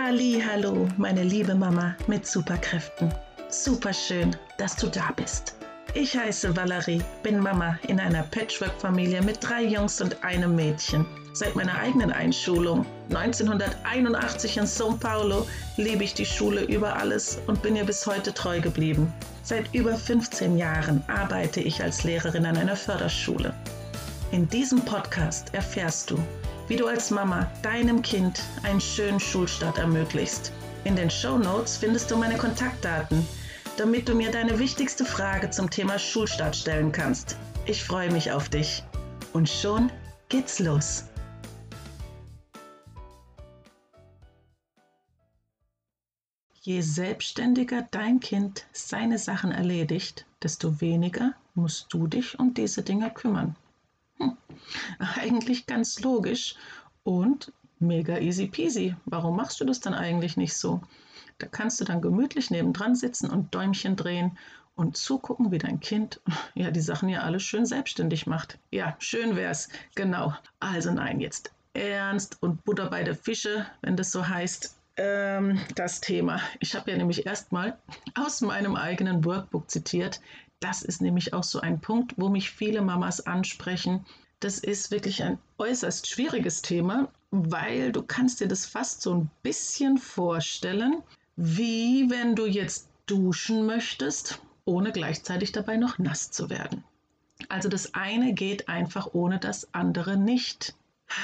Hallo, meine liebe Mama mit Superkräften. Super schön, dass du da bist. Ich heiße Valerie, bin Mama in einer Patchwork-Familie mit 3 Jungs und einem Mädchen. Seit meiner eigenen Einschulung 1981 in São Paulo liebe ich die Schule über alles und bin ihr bis heute treu geblieben. Seit über 15 Jahren arbeite ich als Lehrerin an einer Förderschule. In diesem Podcast erfährst du, wie du als Mama deinem Kind einen schönen Schulstart ermöglichst. In den Shownotes findest du meine Kontaktdaten, damit du mir deine wichtigste Frage zum Thema Schulstart stellen kannst. Ich freue mich auf dich. Und schon geht's los. Je selbstständiger dein Kind seine Sachen erledigt, desto weniger musst du dich um diese Dinge kümmern. Eigentlich ganz logisch und mega easy peasy. Warum machst du das dann eigentlich nicht so? Da kannst du dann gemütlich nebendran sitzen und Däumchen drehen und zugucken, wie dein Kind die Sachen ja alle schön selbstständig macht. Ja, schön wär's, genau. Also nein, jetzt ernst und Butter bei der Fische, wenn das so heißt. Das Thema. Ich habe ja nämlich erstmal aus meinem eigenen Workbook zitiert. Das ist nämlich auch so ein Punkt, wo mich viele Mamas ansprechen. Das ist wirklich ein äußerst schwieriges Thema, weil du kannst dir das fast so ein bisschen vorstellen, wie wenn du jetzt duschen möchtest, ohne gleichzeitig dabei noch nass zu werden. Also das eine geht einfach ohne das andere nicht.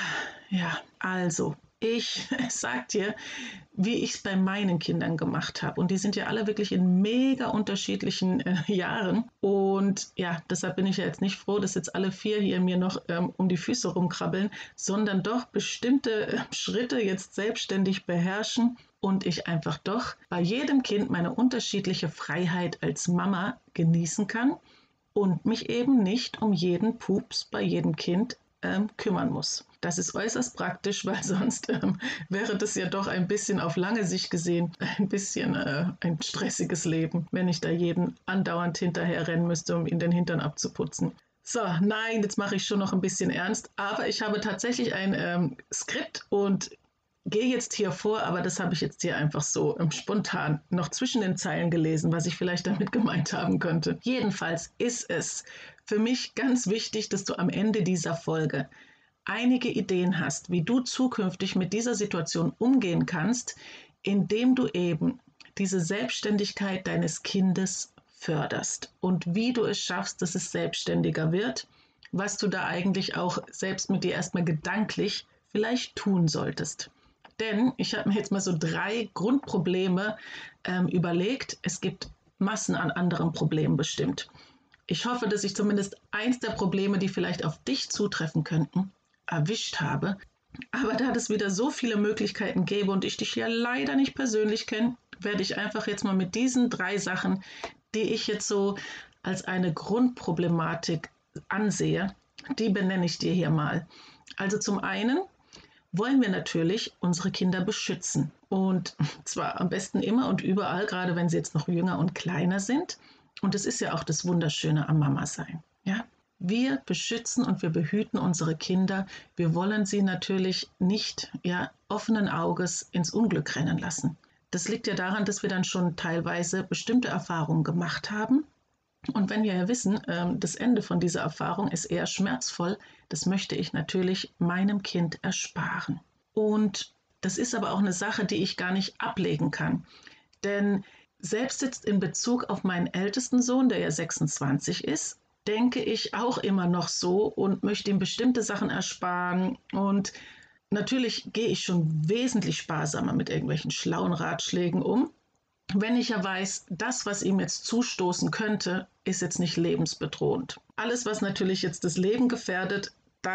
Ja, also ich sag dir, wie ich es bei meinen Kindern gemacht habe. Und die sind ja alle wirklich in mega unterschiedlichen Jahren. Und ja, deshalb bin ich ja jetzt nicht froh, dass jetzt alle 4 hier mir noch um die Füße rumkrabbeln, sondern doch bestimmte Schritte jetzt selbstständig beherrschen und ich einfach doch bei jedem Kind meine unterschiedliche Freiheit als Mama genießen kann und mich eben nicht um jeden Pups bei jedem Kind kümmern muss. Das ist äußerst praktisch, weil sonst wäre das ja doch ein bisschen auf lange Sicht gesehen ein bisschen ein stressiges Leben, wenn ich da jeden andauernd hinterher rennen müsste, um ihn den Hintern abzuputzen. So, nein, jetzt mache ich schon noch ein bisschen ernst, aber ich habe tatsächlich ein Skript und gehe jetzt hier vor, aber das habe ich jetzt hier einfach so spontan noch zwischen den Zeilen gelesen, was ich vielleicht damit gemeint haben könnte. Jedenfalls ist es für mich ganz wichtig, dass du am Ende dieser Folge einige Ideen hast, wie du zukünftig mit dieser Situation umgehen kannst, indem du eben diese Selbstständigkeit deines Kindes förderst und wie du es schaffst, dass es selbstständiger wird, was du da eigentlich auch selbst mit dir erstmal gedanklich vielleicht tun solltest. Denn ich habe mir jetzt mal so 3 Grundprobleme überlegt. Es gibt Massen an anderen Problemen bestimmt. Ich hoffe, dass ich zumindest eins der Probleme, die vielleicht auf dich zutreffen könnten, erwischt habe. Aber da es wieder so viele Möglichkeiten gäbe und ich dich ja leider nicht persönlich kenne, werde ich einfach jetzt mal mit diesen 3 Sachen, die ich jetzt so als eine Grundproblematik ansehe, die benenne ich dir hier mal. Also zum einen wollen wir natürlich unsere Kinder beschützen. Und zwar am besten immer und überall, gerade wenn sie jetzt noch jünger und kleiner sind. Und es ist ja auch das Wunderschöne am Mama-Sein. Ja? Wir beschützen und wir behüten unsere Kinder. Wir wollen sie natürlich nicht offenen Auges ins Unglück rennen lassen. Das liegt ja daran, dass wir dann schon teilweise bestimmte Erfahrungen gemacht haben. Und wenn wir ja wissen, das Ende von dieser Erfahrung ist eher schmerzvoll, das möchte ich natürlich meinem Kind ersparen. Und das ist aber auch eine Sache, die ich gar nicht ablegen kann. Denn selbst jetzt in Bezug auf meinen ältesten Sohn, der ja 26 ist, denke ich auch immer noch so und möchte ihm bestimmte Sachen ersparen. Und natürlich gehe ich schon wesentlich sparsamer mit irgendwelchen schlauen Ratschlägen um. Wenn ich ja weiß, das, was ihm jetzt zustoßen könnte, ist jetzt nicht lebensbedrohend. Alles, was natürlich jetzt das Leben gefährdet, da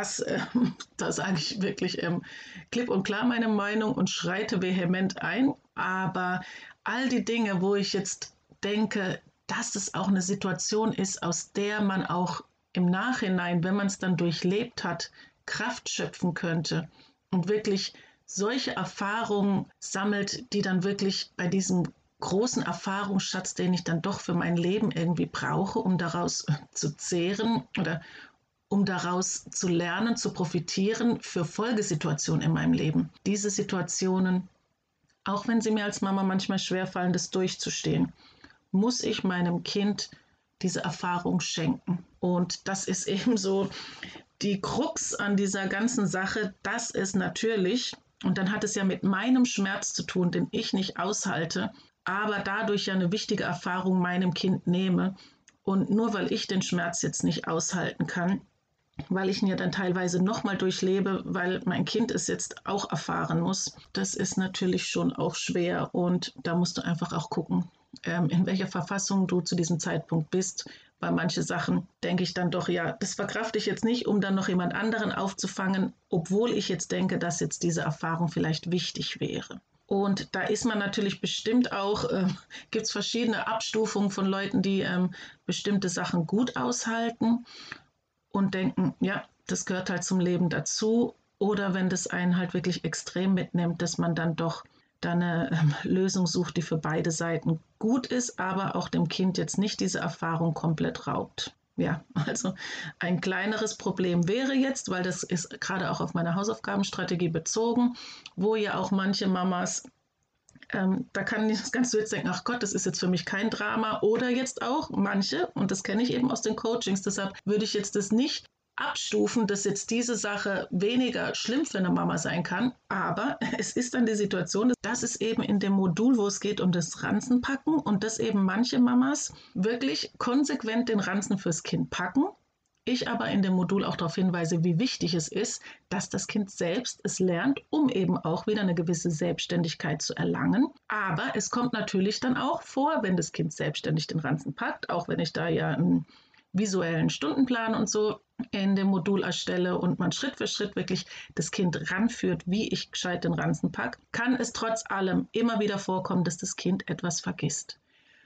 sage ich wirklich klipp und klar meine Meinung und schreite vehement ein. Aber all die Dinge, wo ich jetzt denke, dass es auch eine Situation ist, aus der man auch im Nachhinein, wenn man es dann durchlebt hat, Kraft schöpfen könnte und wirklich solche Erfahrungen sammelt, die dann wirklich bei diesem großen Erfahrungsschatz, den ich dann doch für mein Leben irgendwie brauche, um daraus zu zehren oder um daraus zu lernen, zu profitieren für Folgesituationen in meinem Leben. Diese Situationen auch wenn sie mir als Mama manchmal schwerfallen, das durchzustehen, muss ich meinem Kind diese Erfahrung schenken. Und das ist eben so die Krux an dieser ganzen Sache, dass es natürlich, und dann hat es ja mit meinem Schmerz zu tun, den ich nicht aushalte, aber dadurch ja eine wichtige Erfahrung meinem Kind nehme. Und nur weil ich den Schmerz jetzt nicht aushalten kann, weil ich ihn ja dann teilweise nochmal durchlebe, weil mein Kind es jetzt auch erfahren muss. Das ist natürlich schon auch schwer und da musst du einfach auch gucken, in welcher Verfassung du zu diesem Zeitpunkt bist. Bei manchen Sachen denke ich dann doch, ja, das verkrafte ich jetzt nicht, um dann noch jemand anderen aufzufangen, obwohl ich jetzt denke, dass jetzt diese Erfahrung vielleicht wichtig wäre. Und da ist man natürlich bestimmt auch, gibt es verschiedene Abstufungen von Leuten, die bestimmte Sachen gut aushalten und denken, ja, das gehört halt zum Leben dazu. Oder wenn das einen halt wirklich extrem mitnimmt, dass man dann doch da eine Lösung sucht, die für beide Seiten gut ist, aber auch dem Kind jetzt nicht diese Erfahrung komplett raubt. Ja, also ein kleineres Problem wäre jetzt, weil das ist gerade auch auf meine Hausaufgabenstrategie bezogen, wo ja auch manche Mamas da kannst du jetzt denken, ach Gott, das ist jetzt für mich kein Drama. Oder jetzt auch manche, und das kenne ich eben aus den Coachings, deshalb würde ich jetzt das nicht abstufen, dass jetzt diese Sache weniger schlimm für eine Mama sein kann. Aber es ist dann die Situation, dass es eben in dem Modul, wo es geht um das Ranzenpacken und dass eben manche Mamas wirklich konsequent den Ranzen fürs Kind packen. Ich aber in dem Modul auch darauf hinweise, wie wichtig es ist, dass das Kind selbst es lernt, um eben auch wieder eine gewisse Selbstständigkeit zu erlangen. Aber es kommt natürlich dann auch vor, wenn das Kind selbstständig den Ranzen packt, auch wenn ich da ja einen visuellen Stundenplan und so in dem Modul erstelle und man Schritt für Schritt wirklich das Kind ranführt, wie ich gescheit den Ranzen packe, kann es trotz allem immer wieder vorkommen, dass das Kind etwas vergisst.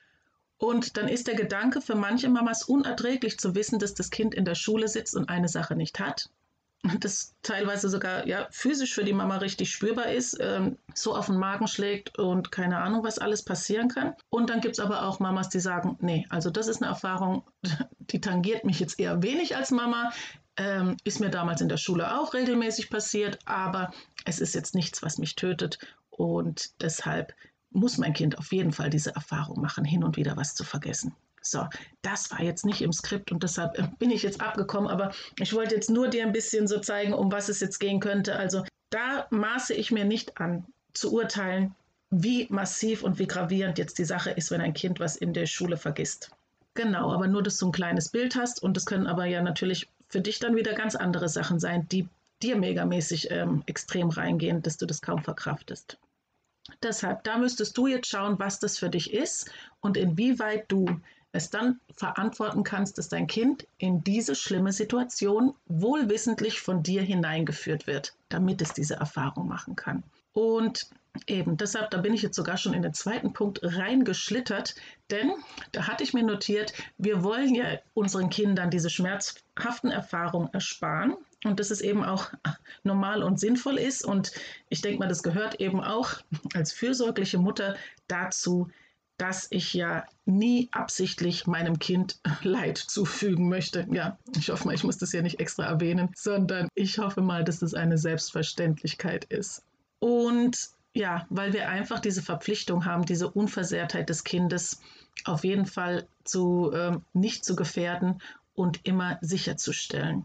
Und dann ist der Gedanke für manche Mamas unerträglich zu wissen, dass das Kind in der Schule sitzt und eine Sache nicht hat. Und das teilweise sogar ja, physisch für die Mama richtig spürbar ist, so auf den Magen schlägt und keine Ahnung, was alles passieren kann. Und dann gibt es aber auch Mamas, die sagen, nee, also das ist eine Erfahrung, die tangiert mich jetzt eher wenig als Mama. Ist mir damals in der Schule auch regelmäßig passiert, aber es ist jetzt nichts, was mich tötet. Und deshalb muss mein Kind auf jeden Fall diese Erfahrung machen, hin und wieder was zu vergessen. So, das war jetzt nicht im Skript und deshalb bin ich jetzt abgekommen, aber ich wollte jetzt nur dir ein bisschen so zeigen, um was es jetzt gehen könnte. Also da maße ich mir nicht an, zu urteilen, wie massiv und wie gravierend jetzt die Sache ist, wenn ein Kind was in der Schule vergisst. Genau, aber nur, dass du ein kleines Bild hast und es können aber ja natürlich für dich dann wieder ganz andere Sachen sein, die dir megamäßig extrem reingehen, dass du das kaum verkraftest. Deshalb, da müsstest du jetzt schauen, was das für dich ist und inwieweit du es dann verantworten kannst, dass dein Kind in diese schlimme Situation wohlwissentlich von dir hineingeführt wird, damit es diese Erfahrung machen kann. Und eben deshalb, da bin ich jetzt sogar schon in den zweiten Punkt reingeschlittert, denn da hatte ich mir notiert, wir wollen ja unseren Kindern diese schmerzhaften Erfahrungen ersparen und dass es eben auch normal und sinnvoll ist. Und ich denke mal, das gehört eben auch als fürsorgliche Mutter dazu, dass ich ja nie absichtlich meinem Kind Leid zufügen möchte. Ja, ich hoffe mal, ich muss das ja nicht extra erwähnen, sondern ich hoffe mal, dass es eine Selbstverständlichkeit ist. Und ja, weil wir einfach diese Verpflichtung haben, diese Unversehrtheit des Kindes auf jeden Fall nicht zu gefährden und immer sicherzustellen.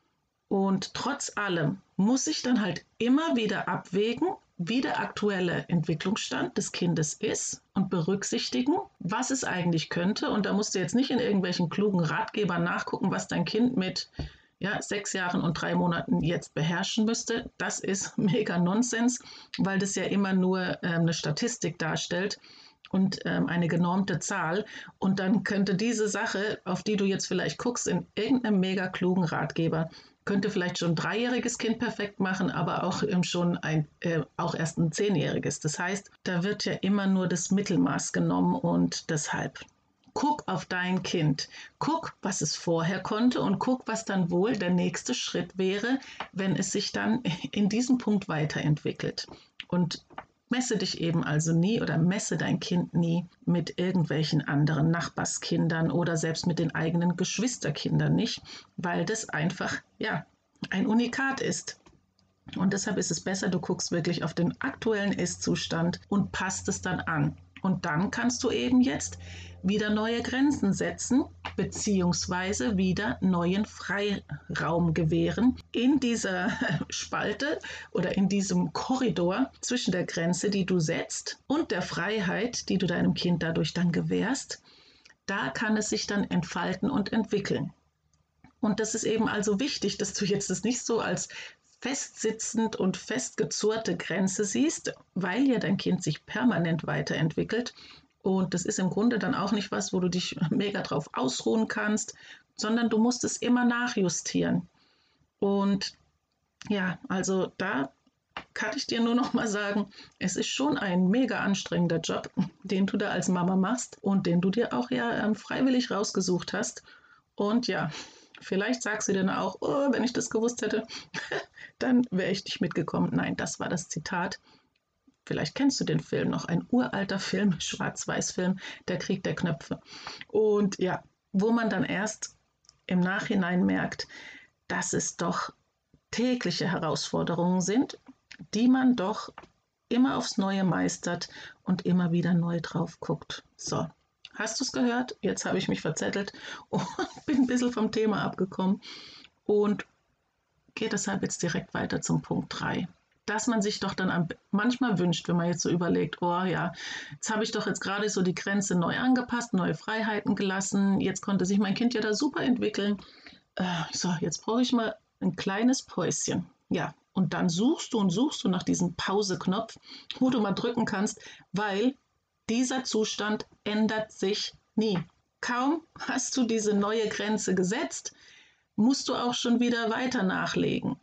Und trotz allem muss ich dann halt immer wieder abwägen, wie der aktuelle Entwicklungsstand des Kindes ist und berücksichtigen, was es eigentlich könnte. Und da musst du jetzt nicht in irgendwelchen klugen Ratgebern nachgucken, was dein Kind mit 6 Jahren und 3 Monaten jetzt beherrschen müsste. Das ist mega Nonsens, weil das ja immer nur eine Statistik darstellt und eine genormte Zahl. Und dann könnte diese Sache, auf die du jetzt vielleicht guckst, in irgendeinem mega klugen Ratgeber, könnte vielleicht schon ein 3-jähriges Kind perfekt machen, aber auch schon auch erst ein 10-jähriges. Das heißt, da wird ja immer nur das Mittelmaß genommen und deshalb guck auf dein Kind. Guck, was es vorher konnte und guck, was dann wohl der nächste Schritt wäre, wenn es sich dann in diesem Punkt weiterentwickelt. Und messe dich eben also nie oder messe dein Kind nie mit irgendwelchen anderen Nachbarskindern oder selbst mit den eigenen Geschwisterkindern nicht, weil das einfach, ja, ein Unikat ist. Und deshalb ist es besser, du guckst wirklich auf den aktuellen Ist-Zustand und passt es dann an. Und dann kannst du eben jetzt wieder neue Grenzen setzen, beziehungsweise wieder neuen Freiraum gewähren in dieser Spalte oder in diesem Korridor zwischen der Grenze, die du setzt, und der Freiheit, die du deinem Kind dadurch dann gewährst. Da kann es sich dann entfalten und entwickeln. Und das ist eben also wichtig, dass du jetzt das nicht so als festsitzend und festgezurrte Grenze siehst, weil ja dein Kind sich permanent weiterentwickelt. Und das ist im Grunde dann auch nicht was, wo du dich mega drauf ausruhen kannst, sondern du musst es immer nachjustieren. Und ja, also da kann ich dir nur noch mal sagen, es ist schon ein mega anstrengender Job, den du da als Mama machst und den du dir auch ja freiwillig rausgesucht hast. Und ja, vielleicht sagst du dir dann auch, oh, wenn ich das gewusst hätte, dann wäre ich nicht mitgekommen. Nein, das war das Zitat. Vielleicht kennst du den Film noch, ein uralter Film, Schwarz-Weiß-Film, Der Krieg der Knöpfe. Und ja, wo man dann erst im Nachhinein merkt, dass es doch tägliche Herausforderungen sind, die man doch immer aufs Neue meistert und immer wieder neu drauf guckt. So, hast du es gehört? Jetzt habe ich mich verzettelt und bin ein bisschen vom Thema abgekommen und gehe deshalb jetzt direkt weiter zum Punkt 3. Dass man sich doch dann manchmal wünscht, wenn man jetzt so überlegt, oh ja, jetzt habe ich doch jetzt gerade so die Grenze neu angepasst, neue Freiheiten gelassen, jetzt konnte sich mein Kind ja da super entwickeln. So, jetzt brauche ich mal ein kleines Päuschen. Ja, und dann suchst du und suchst du nach diesem Pause-Knopf, wo du mal drücken kannst, weil dieser Zustand ändert sich nie. Kaum hast du diese neue Grenze gesetzt, musst du auch schon wieder weiter nachlegen.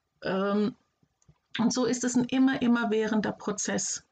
Und so ist es ein immerwährender Prozess.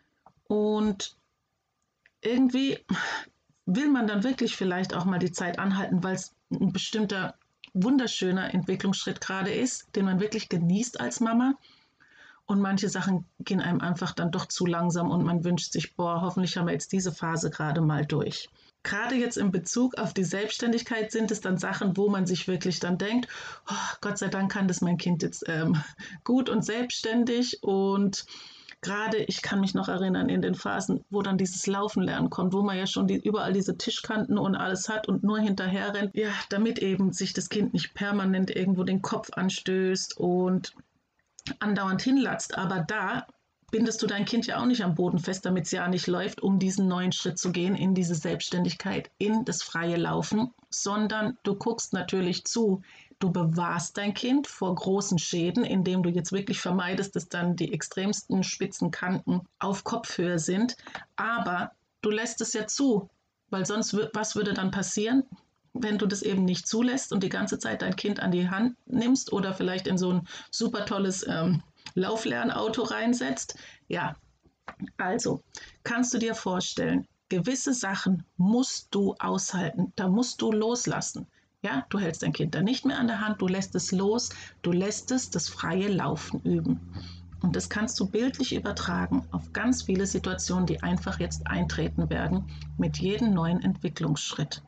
Und irgendwie will man dann wirklich vielleicht auch mal die Zeit anhalten, weil es ein bestimmter wunderschöner Entwicklungsschritt gerade ist, den man wirklich genießt als Mama. Und manche Sachen gehen einem einfach dann doch zu langsam und man wünscht sich, boah, hoffentlich haben wir jetzt diese Phase gerade mal durch. Gerade jetzt in Bezug auf die Selbstständigkeit sind es dann Sachen, wo man sich wirklich dann denkt, oh, Gott sei Dank kann das mein Kind jetzt gut und selbstständig. Und gerade, ich kann mich noch erinnern, in den Phasen, wo dann dieses Laufen lernen kommt, wo man ja schon überall diese Tischkanten und alles hat und nur hinterher rennt, ja, damit eben sich das Kind nicht permanent irgendwo den Kopf anstößt und andauernd hinlatzt. Aber da bindest du dein Kind ja auch nicht am Boden fest, damit es ja nicht läuft, um diesen neuen Schritt zu gehen in diese Selbstständigkeit, in das freie Laufen, sondern du guckst natürlich zu. Du bewahrst dein Kind vor großen Schäden, indem du jetzt wirklich vermeidest, dass dann die extremsten spitzen Kanten auf Kopfhöhe sind. Aber du lässt es ja zu, weil sonst, was würde dann passieren, wenn du das eben nicht zulässt und die ganze Zeit dein Kind an die Hand nimmst oder vielleicht in so ein super tolles Lauflernauto reinsetzt? Ja, also kannst du dir vorstellen, gewisse Sachen musst du aushalten, da musst du loslassen. Ja, du hältst dein Kind dann nicht mehr an der Hand, du lässt es los, du lässt es das freie Laufen üben. Und das kannst du bildlich übertragen auf ganz viele Situationen, die einfach jetzt eintreten werden mit jedem neuen Entwicklungsschritt.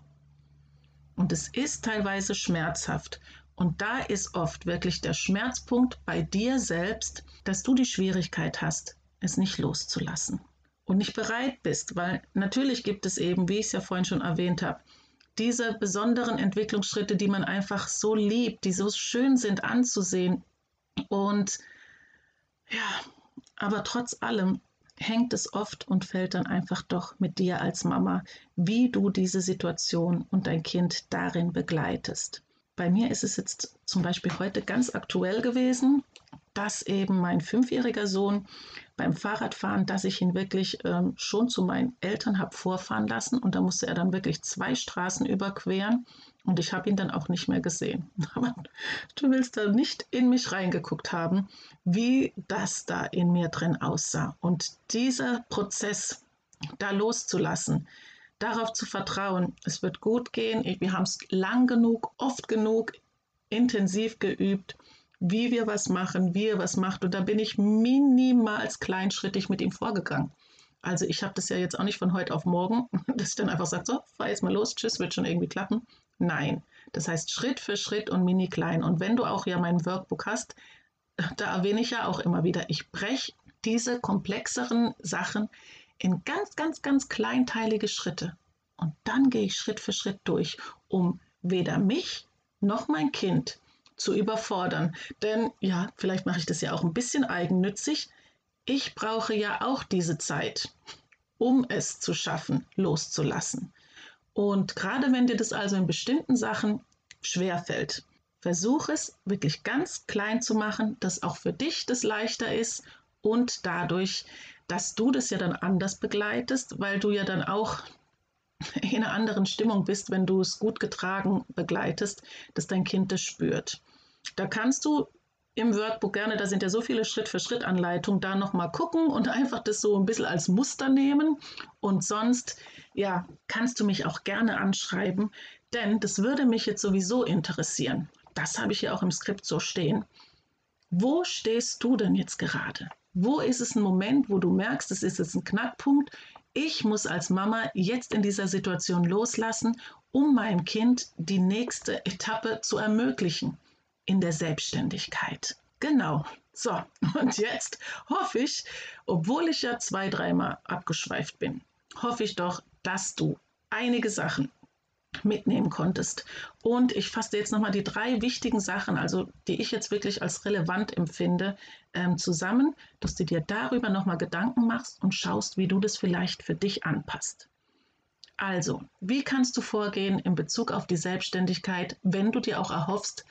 Und es ist teilweise schmerzhaft. Und da ist oft wirklich der Schmerzpunkt bei dir selbst, dass du die Schwierigkeit hast, es nicht loszulassen und nicht bereit bist, weil natürlich gibt es eben, wie ich es ja vorhin schon erwähnt habe, diese besonderen Entwicklungsschritte, die man einfach so liebt, die so schön sind anzusehen. Und ja, aber trotz allem hängt es oft und fällt dann einfach doch mit dir als Mama, wie du diese Situation und dein Kind darin begleitest. Bei mir ist es jetzt zum Beispiel heute ganz aktuell gewesen, dass eben mein 5-jähriger Sohn beim Fahrradfahren, dass ich ihn wirklich schon zu meinen Eltern habe vorfahren lassen und da musste er dann wirklich 2 Straßen überqueren und ich habe ihn dann auch nicht mehr gesehen. Aber du willst da nicht in mich reingeguckt haben, wie das da in mir drin aussah. Und dieser Prozess, da loszulassen, darauf zu vertrauen, es wird gut gehen, wir haben es lang genug, oft genug, intensiv geübt, wie wir was machen, wie er was macht. Und da bin ich minimals kleinschrittig mit ihm vorgegangen. Also ich habe das ja jetzt auch nicht von heute auf morgen, dass ich dann einfach sage, so, fahr jetzt mal los, tschüss, wird schon irgendwie klappen. Nein, das heißt Schritt für Schritt und mini klein. Und wenn du auch ja mein Workbook hast, da erwähne ich ja auch immer wieder, ich breche diese komplexeren Sachen in ganz, ganz, ganz kleinteilige Schritte. Und dann gehe ich Schritt für Schritt durch, um weder mich noch mein Kind zu überfordern. Denn ja, vielleicht mache ich das ja auch ein bisschen eigennützig. Ich brauche ja auch diese Zeit, um es zu schaffen, loszulassen. Und gerade wenn dir das also in bestimmten Sachen schwerfällt, versuch es wirklich ganz klein zu machen, dass auch für dich das leichter ist und dadurch, dass du das ja dann anders begleitest, weil du ja dann auch in einer anderen Stimmung bist, wenn du es gut getragen begleitest, dass dein Kind das spürt. Da kannst du im Workbook gerne, da sind ja so viele Schritt-für-Schritt-Anleitungen, da nochmal gucken und einfach das so ein bisschen als Muster nehmen. Und sonst, ja, kannst du mich auch gerne anschreiben, denn das würde mich jetzt sowieso interessieren. Das habe ich ja auch im Skript so stehen. Wo stehst du denn jetzt gerade? Wo ist es ein Moment, wo du merkst, es ist jetzt ein Knackpunkt? Ich muss als Mama jetzt in dieser Situation loslassen, um meinem Kind die nächste Etappe zu ermöglichen in der Selbstständigkeit. Genau. So, und jetzt hoffe ich, obwohl ich ja 2-3 Mal abgeschweift bin, hoffe ich doch, dass du einige Sachen mitnehmen konntest. Und ich fasse jetzt nochmal die 3 wichtigen Sachen, also die ich jetzt wirklich als relevant empfinde, zusammen, dass du dir darüber nochmal Gedanken machst und schaust, wie du das vielleicht für dich anpasst. Also, wie kannst du vorgehen in Bezug auf die Selbstständigkeit, wenn du dir auch erhoffst,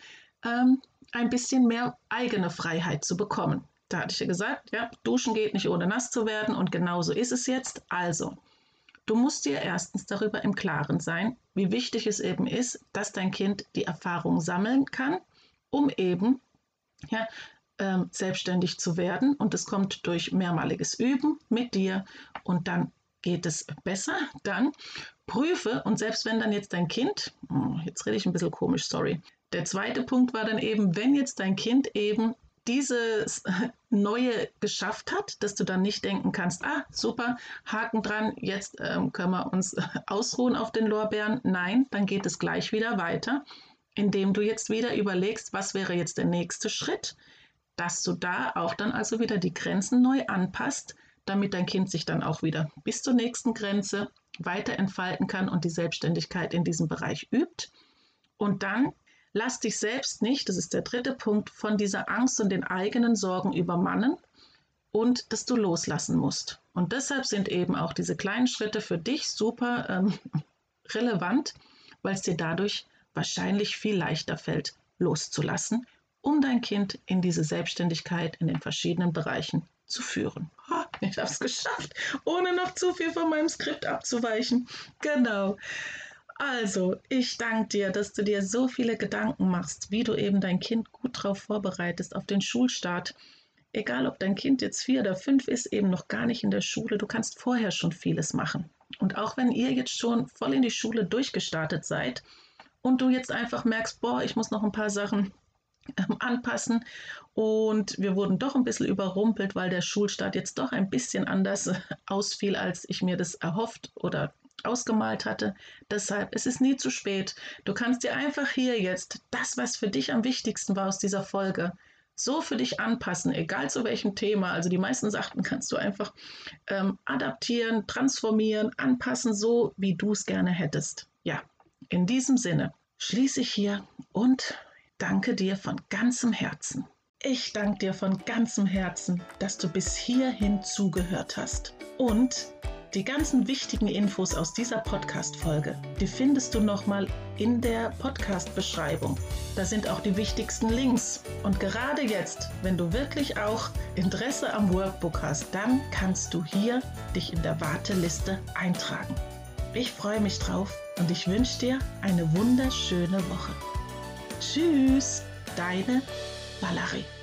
ein bisschen mehr eigene Freiheit zu bekommen? Da hatte ich ja gesagt, ja, duschen geht nicht ohne nass zu werden und genauso ist es jetzt. Also, du musst dir erstens darüber im Klaren sein, wie wichtig es eben ist, dass dein Kind die Erfahrung sammeln kann, um eben ja, selbstständig zu werden. Und es kommt durch mehrmaliges Üben mit dir und dann geht es besser. Dann prüfe und selbst wenn dann jetzt dein Kind, jetzt rede ich ein bisschen komisch, sorry. Der zweite Punkt war dann eben, wenn jetzt dein Kind eben dieses Neue geschafft hat, dass du dann nicht denken kannst, super, Haken dran, jetzt können wir uns ausruhen auf den Lorbeeren. Nein, dann geht es gleich wieder weiter, indem du jetzt wieder überlegst, was wäre jetzt der nächste Schritt, dass du da auch dann also wieder die Grenzen neu anpasst, damit dein Kind sich dann auch wieder bis zur nächsten Grenze weiter entfalten kann und die Selbstständigkeit in diesem Bereich übt. Und dann lass dich selbst nicht, das ist der dritte Punkt, von dieser Angst und den eigenen Sorgen übermannen und dass du loslassen musst. Und deshalb sind eben auch diese kleinen Schritte für dich super relevant, weil es dir dadurch wahrscheinlich viel leichter fällt, loszulassen, um dein Kind in diese Selbstständigkeit in den verschiedenen Bereichen zu führen. Ich habe es geschafft, ohne noch zu viel von meinem Skript abzuweichen. Genau. Also, ich danke dir, dass du dir so viele Gedanken machst, wie du eben dein Kind gut darauf vorbereitest, auf den Schulstart. Egal, ob dein Kind jetzt 4 oder 5 ist, eben noch gar nicht in der Schule, du kannst vorher schon vieles machen. Und auch wenn ihr jetzt schon voll in die Schule durchgestartet seid und du jetzt einfach merkst, ich muss noch ein paar Sachen anpassen und wir wurden doch ein bisschen überrumpelt, weil der Schulstart jetzt doch ein bisschen anders ausfiel, als ich mir das erhofft oder ausgemalt hatte. Deshalb, es ist nie zu spät. Du kannst dir einfach hier jetzt das, was für dich am wichtigsten war aus dieser Folge, so für dich anpassen, egal zu welchem Thema. Also die meisten Sachen kannst du einfach adaptieren, transformieren, anpassen, so wie du es gerne hättest. Ja, in diesem Sinne schließe ich hier und danke dir von ganzem Herzen. Ich danke dir von ganzem Herzen, dass du bis hierhin zugehört hast. Und die ganzen wichtigen Infos aus dieser Podcast-Folge, die findest du nochmal in der Podcast-Beschreibung. Da sind auch die wichtigsten Links. Und gerade jetzt, wenn du wirklich auch Interesse am Workbook hast, dann kannst du hier dich in der Warteliste eintragen. Ich freue mich drauf und ich wünsche dir eine wunderschöne Woche. Tschüss, deine Valerie.